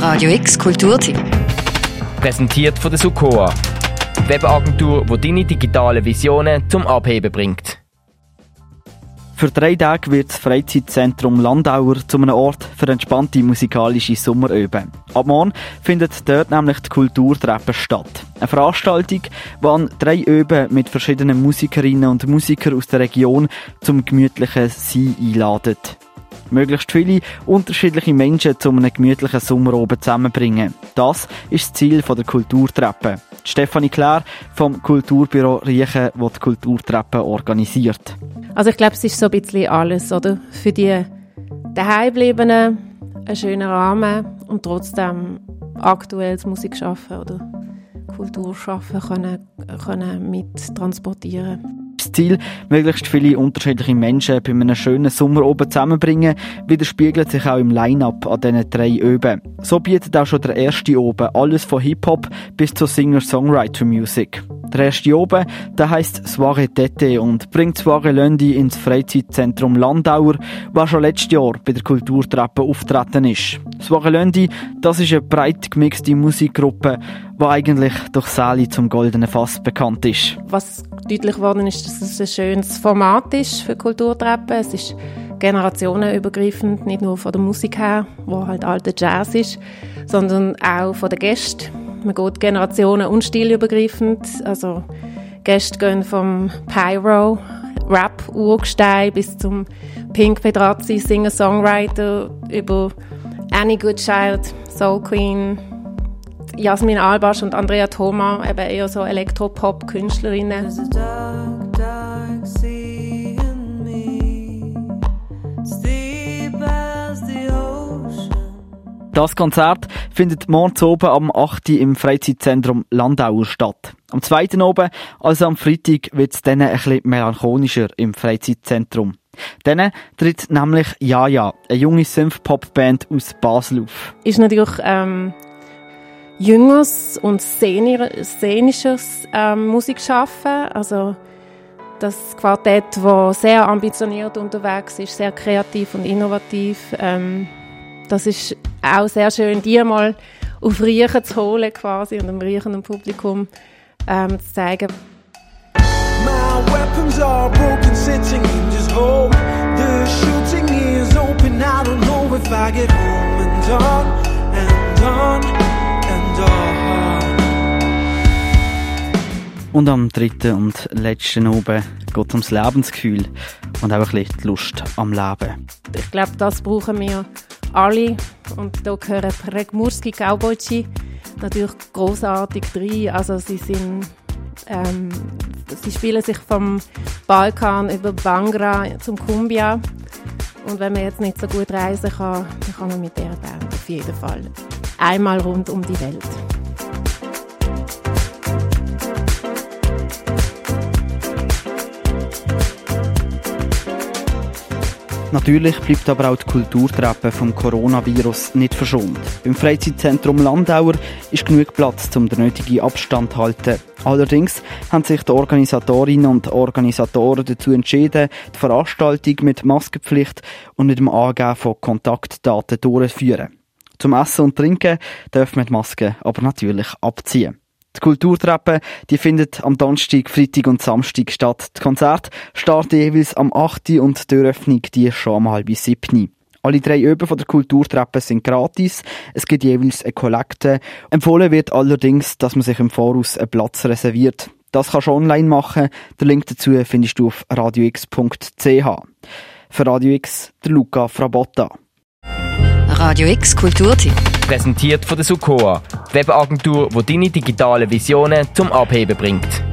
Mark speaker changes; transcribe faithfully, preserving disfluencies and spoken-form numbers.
Speaker 1: Radio X Kulturtipp.
Speaker 2: Präsentiert von der Sukoa, die Webagentur, die deine digitalen Visionen zum Abheben bringt.
Speaker 3: Für drei Tage wird das Freizeitzentrum Landauer zu einem Ort für entspannte musikalische Sommeröben. Ab morgen findet dort nämlich die Kulturtreppe statt. Eine Veranstaltung, die an drei Öben mit verschiedenen Musikerinnen und Musikern aus der Region zum gemütlichen Sein einladet. Möglichst viele unterschiedliche Menschen zu einem gemütlichen Sommeroben zusammenbringen. Das ist das Ziel der Kulturtreppe. Stefanie Klär vom Kulturbüro Riechen, das die Kulturtreppe organisiert.
Speaker 4: Also ich glaube, es ist so ein bisschen alles, oder? Für die Daheimgebliebenen einen schönen Rahmen und trotzdem aktuelles Musik schaffen oder Kultur schaffen können, können mit transportieren.
Speaker 3: Das Ziel, möglichst viele unterschiedliche Menschen bei einem schönen Sommeroben zusammenbringen, widerspiegelt sich auch im Line-Up an diesen drei Öben. So bietet auch schon der erste Oben alles von Hip-Hop bis zur Singer-Songwriter-Musik. Der erste Oben, der heisst Soirée d'été und bringt Soirée Lundi ins Freizeitzentrum Landauer, das schon letztes Jahr bei der Kulturtreppe auftreten ist. Soirée Lundi, das ist eine breit gemixte Musikgruppe, die eigentlich durch Sally zum Goldenen Fass bekannt ist.
Speaker 4: Was deutlich geworden ist, dass es ein schönes Format ist für Kulturtreppe. Es ist generationenübergreifend, nicht nur von der Musik her, wo halt alter Jazz ist, sondern auch von den Gästen. Man geht generationen- und stilübergreifend. Also Gäste gehen vom Pyro, Rap, Urgestein bis zum Pink Pedrazzi, Singer-Songwriter über Annie Goodchild, Soul Queen, Jasmin Albasch und Andrea Thoma, eben eher so Elektropop-Künstlerinnen.
Speaker 3: Das Konzert findet morgen oben am acht Uhr im Freizeitzentrum Landauer statt. Am zweiten oben, also am Freitag, wird es dann ein bisschen melancholischer im Freizeitzentrum. Dann tritt nämlich Jaja, eine junge Synth-Pop-Band aus Basel auf.
Speaker 4: Ist natürlich ähm, jüngeres und szenisches ähm, Musikschaffen. Also das Quartett, das sehr ambitioniert unterwegs ist, sehr kreativ und innovativ. Ähm, das ist auch sehr schön, die mal auf Riechen zu holen quasi und dem riechenden Publikum ähm, zu zeigen.
Speaker 5: My weapons are broken, sitting in this hole. The shooting is open, I don't know if I get home and on and on and on.
Speaker 3: Und am dritten und letzten oben geht es ums Lebensgefühl und auch ein bisschen die Lust am Leben.
Speaker 4: Ich glaube, das brauchen wir alle. Und da gehören Pregmurski Cowboyci natürlich grossartig rein. Also sie sind, ähm, sie spielen sich vom Balkan über Bangra zum Cumbia. Und wenn man jetzt nicht so gut reisen kann, dann kann man mit dieser Band auf jeden Fall einmal rund um die Welt.
Speaker 3: Natürlich bleibt aber auch die Kulturtreppe vom Coronavirus nicht verschont. Beim Freizeitzentrum Landauer ist genug Platz, um den nötigen Abstand zu halten. Allerdings haben sich die Organisatorinnen und Organisatoren dazu entschieden, die Veranstaltung mit Maskenpflicht und mit dem Angeben von Kontaktdaten durchzuführen. Zum Essen und Trinken darf man die Maske aber natürlich abziehen. Die Kulturtreppe, die findet am Donnerstag, Freitag und Samstag statt. Die Konzerte starten jeweils am acht Uhr und die Eröffnung die schon am halb sieben. Alle drei Öben von der Kulturtreppe sind gratis. Es gibt jeweils eine Kollekte. Empfohlen wird allerdings, dass man sich im Voraus einen Platz reserviert. Das kannst du online machen. Den Link dazu findest du auf radio x punkt c h. Für Radio X, der Luca Frabotta.
Speaker 1: Radio X Kulturtipp.
Speaker 2: Präsentiert von der Sukoa, die Webagentur, die deine digitalen Visionen zum Abheben bringt.